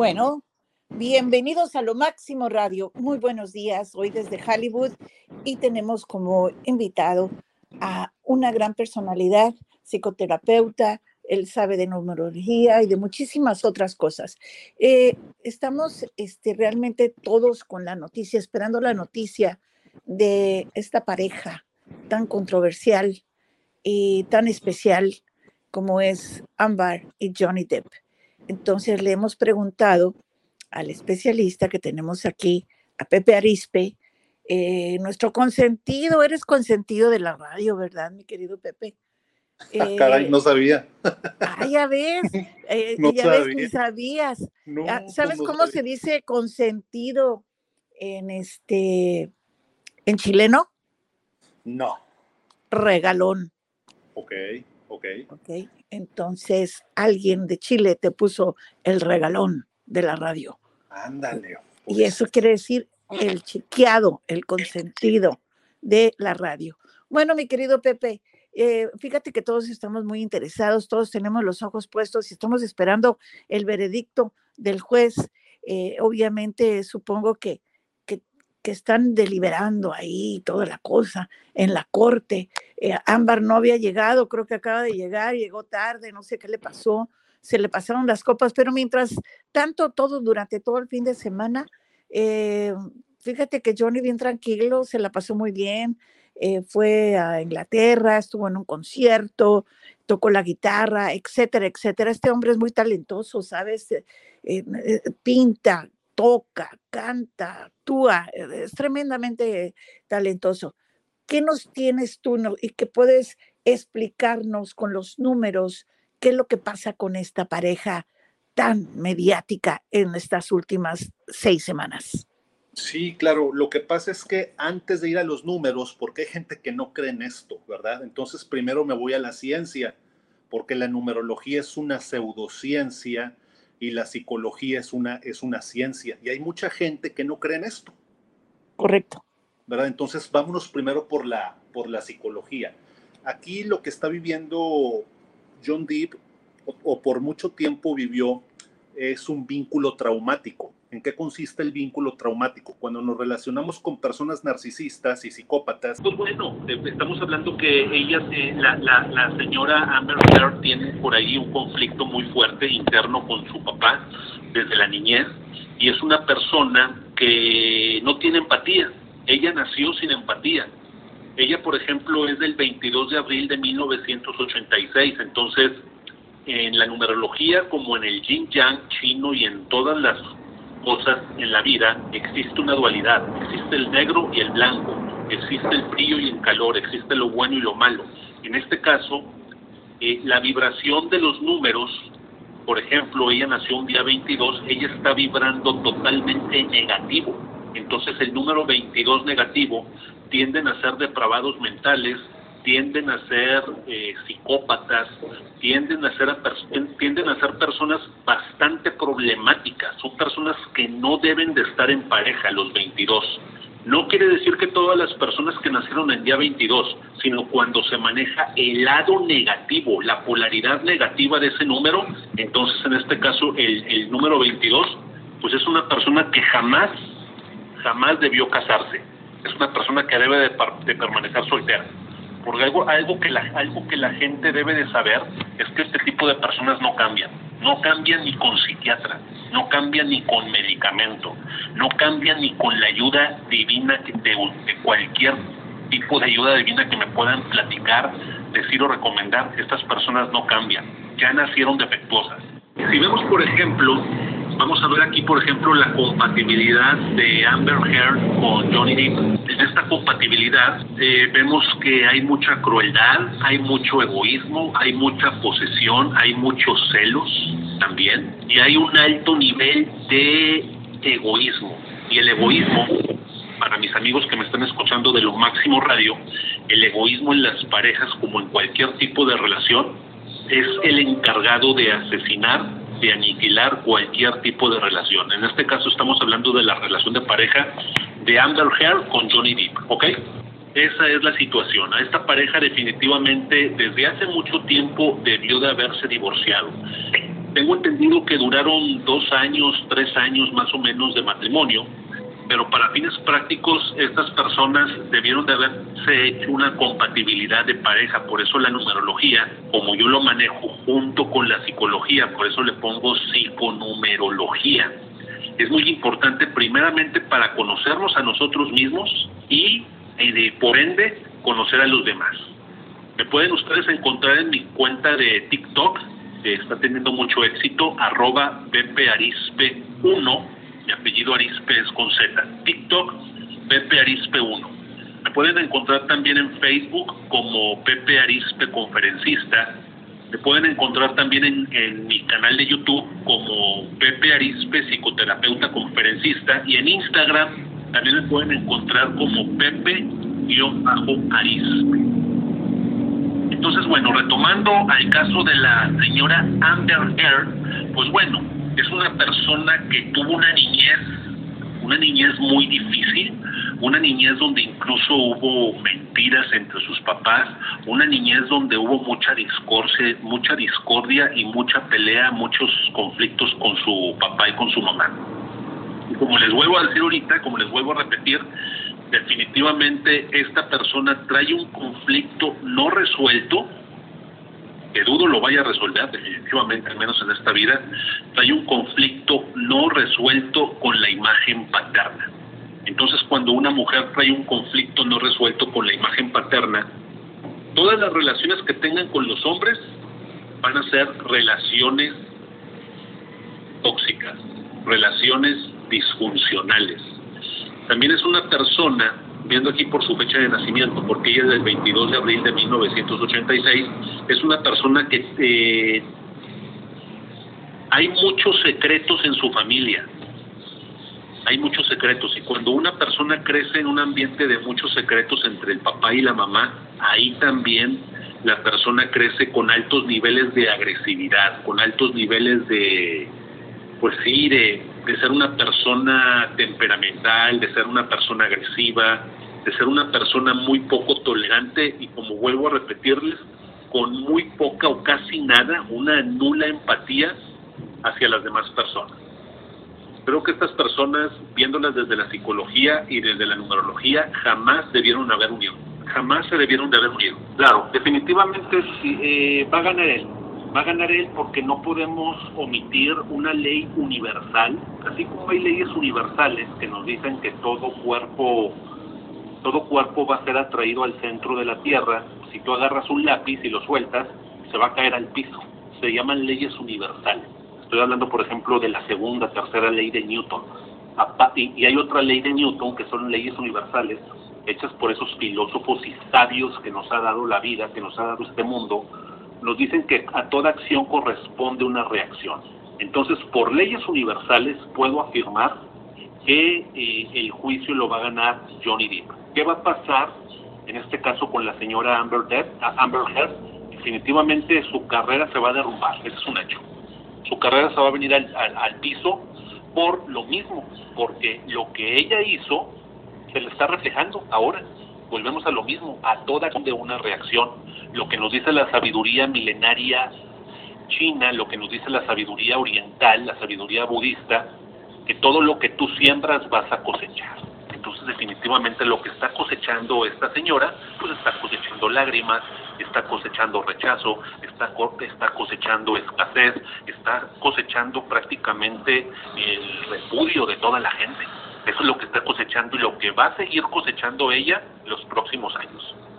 Bueno, bienvenidos a Lo Máximo Radio. Muy buenos días, hoy desde Hollywood y tenemos como invitado a una gran personalidad, psicoterapeuta, él sabe de numerología y de muchísimas otras cosas. Estamos realmente todos con la noticia, esperando la noticia de esta pareja tan controversial y tan especial como es Amber y Johnny Depp. Entonces le hemos preguntado al especialista que tenemos aquí, a Pepe Arispe, nuestro consentido, eres consentido de la radio, ¿verdad, mi querido Pepe? Caray, no sabía. Ya ves, No ya ves, sabía. ni sabías. No, ¿Sabes no cómo sabía. se dice consentido en en chileno? No. Regalón. Ok. Ok, entonces alguien de Chile te puso el regalón de la radio. Ándale. Y eso quiere decir el chiqueado, el consentido de la radio. Bueno, mi querido Pepe, fíjate que todos estamos muy interesados, todos tenemos los ojos puestos y estamos esperando el veredicto del juez. Obviamente, supongo que están deliberando ahí toda la cosa en la corte. Ámbar no había llegado, creo que acaba de llegar, llegó tarde, no sé qué le pasó, se le pasaron las copas, pero mientras tanto, durante todo el fin de semana, eh, fíjate que Johnny bien tranquilo, se la pasó muy bien, fue a Inglaterra, estuvo en un concierto, tocó la guitarra, etcétera, etcétera. Este hombre es muy talentoso, ¿sabes? Pinta, toca, canta, actúa, es tremendamente talentoso. ¿Qué nos tienes tú y qué puedes explicarnos con los números? ¿Qué es lo que pasa con esta pareja tan mediática en estas últimas 6 semanas? Sí, claro. Lo que pasa es que antes de ir a los números, porque hay gente que no cree en esto, ¿verdad? Entonces primero me voy a la ciencia, porque la numerología es una pseudociencia y la psicología es una ciencia. Y hay mucha gente que no cree en esto. Correcto. ¿Verdad? Entonces vámonos primero por la psicología. Aquí lo que está viviendo John Depp, o por mucho tiempo vivió, es un vínculo traumático. ¿En qué consiste el vínculo traumático? Cuando nos relacionamos con personas narcisistas y psicópatas. Pues bueno, estamos hablando que ella, la señora Amber Heard tiene por ahí un conflicto muy fuerte interno con su papá desde la niñez, y es una persona que no tiene empatía. Ella nació sin empatía. Ella, por ejemplo, es del 22 de abril de 1986, entonces en la numerología, como en el yin yang chino y en todas las cosas en la vida, existe una dualidad. Existe el negro y el blanco, existe el frío y el calor, existe lo bueno y lo malo. En este caso, la vibración de los números, por ejemplo, ella nació un día 22, ella está vibrando totalmente negativo. Entonces el número 22 negativo tienden a ser depravados mentales, tienden a ser psicópatas, tienden a ser personas bastante problemáticas. Son personas que no deben de estar en pareja, los 22. No quiere decir que todas las personas que nacieron en día 22, sino cuando se maneja el lado negativo, la polaridad negativa de ese número. Entonces en este caso el número 22 pues es una persona que jamás debió casarse. Es una persona que debe de permanecer soltera. Porque algo que la gente debe de saber es que este tipo de personas no cambian ni con psiquiatra, no cambian ni con medicamento, no cambian ni con la ayuda divina de cualquier tipo de ayuda divina que me puedan platicar, decir o recomendar. Estas personas no cambian, ya nacieron defectuosas. Si vemos, por ejemplo, vamos a ver aquí, por ejemplo, la compatibilidad de Amber Heard con Johnny Depp. En esta compatibilidad vemos que hay mucha crueldad, hay mucho egoísmo, hay mucha posesión, hay muchos celos también, y hay un alto nivel de egoísmo. Y el egoísmo, para mis amigos que me están escuchando de Lo Máximo Radio, el egoísmo en las parejas, como en cualquier tipo de relación, es el encargado de asesinar, de aniquilar cualquier tipo de relación. En este caso estamos hablando de la relación de pareja de Amber Heard con Johnny Depp, ¿ok? Esa es la situación. A esta pareja definitivamente desde hace mucho tiempo debió de haberse divorciado. Tengo entendido que duraron 2 años, 3 años más o menos de matrimonio, pero para fines prácticos estas personas debieron de haberse hecho una compatibilidad de pareja. Por eso la numerología, como yo lo manejo junto con la psicología, por eso le pongo psiconumerología. Es muy importante primeramente para conocernos a nosotros mismos y por ende conocer a los demás. Me pueden ustedes encontrar en mi cuenta de TikTok, que está teniendo mucho éxito, @BepeArispe1. Mi apellido Arispe es con Z. TikTok, BepeArispe1. Me pueden encontrar también en Facebook como Pepe Arispe Conferencista. Me pueden encontrar también en mi canal de YouTube como Pepe Arispe Psicoterapeuta Conferencista. Y en Instagram también me pueden encontrar como Pepe-Arispe. Entonces, bueno, retomando al caso de la señora Amber Heard, pues bueno, es una persona que tuvo una niñez muy difícil, una niñez donde incluso hubo mentiras entre sus papás, una niñez donde hubo mucha discordia y mucha pelea, muchos conflictos con su papá y con su mamá. Y como les vuelvo a decir ahorita, como les vuelvo a repetir, definitivamente esta persona trae un conflicto no resuelto, que dudo lo vaya a resolver, definitivamente, al menos en esta vida. Trae un conflicto no resuelto con la imagen paterna. Entonces, cuando una mujer trae un conflicto no resuelto con la imagen paterna, todas las relaciones que tengan con los hombres van a ser relaciones tóxicas, relaciones disfuncionales. También es una persona, viendo aquí por su fecha de nacimiento, porque ella es del 22 de abril de 1986, es una persona que hay muchos secretos en su familia. Hay muchos secretos, y cuando una persona crece en un ambiente de muchos secretos entre el papá y la mamá, ahí también la persona crece con altos niveles de agresividad, con altos niveles de, pues sí, de ser una persona temperamental, de ser una persona agresiva, de ser una persona muy poco tolerante y, como vuelvo a repetirles, con muy poca o casi nada, una nula empatía hacia las demás personas. Creo que estas personas, viéndolas desde la psicología y desde la numerología, jamás debieron haber unido. Jamás se debieron de haber unido. Claro, definitivamente sí, va a ganar él porque no podemos omitir una ley universal, así como hay leyes universales que nos dicen que todo cuerpo va a ser atraído al centro de la Tierra. Si tú agarras un lápiz y lo sueltas, se va a caer al piso. Se llaman leyes universales. Estoy hablando, por ejemplo, de la segunda, tercera ley de Newton. Y hay otra ley de Newton que son leyes universales hechas por esos filósofos y sabios que nos ha dado la vida, que nos ha dado este mundo. Nos dicen que a toda acción corresponde una reacción. Entonces, por leyes universales puedo afirmar que el juicio lo va a ganar Johnny Depp. ¿Qué va a pasar en este caso con la señora Amber Heard? Definitivamente su carrera se va a derrumbar, ese es un hecho. Su carrera se va a venir al piso por lo mismo, porque lo que ella hizo se le está reflejando ahora. Volvemos a lo mismo, a toda de una reacción. Lo que nos dice la sabiduría milenaria china, lo que nos dice la sabiduría oriental, la sabiduría budista, que todo lo que tú siembras vas a cosechar. Entonces, definitivamente lo que está cosechando esta señora, pues está cosechando lágrimas, está cosechando rechazo, está cosechando escasez, está cosechando prácticamente el repudio de toda la gente. Eso es lo que está cosechando y lo que va a seguir cosechando ella los próximos años.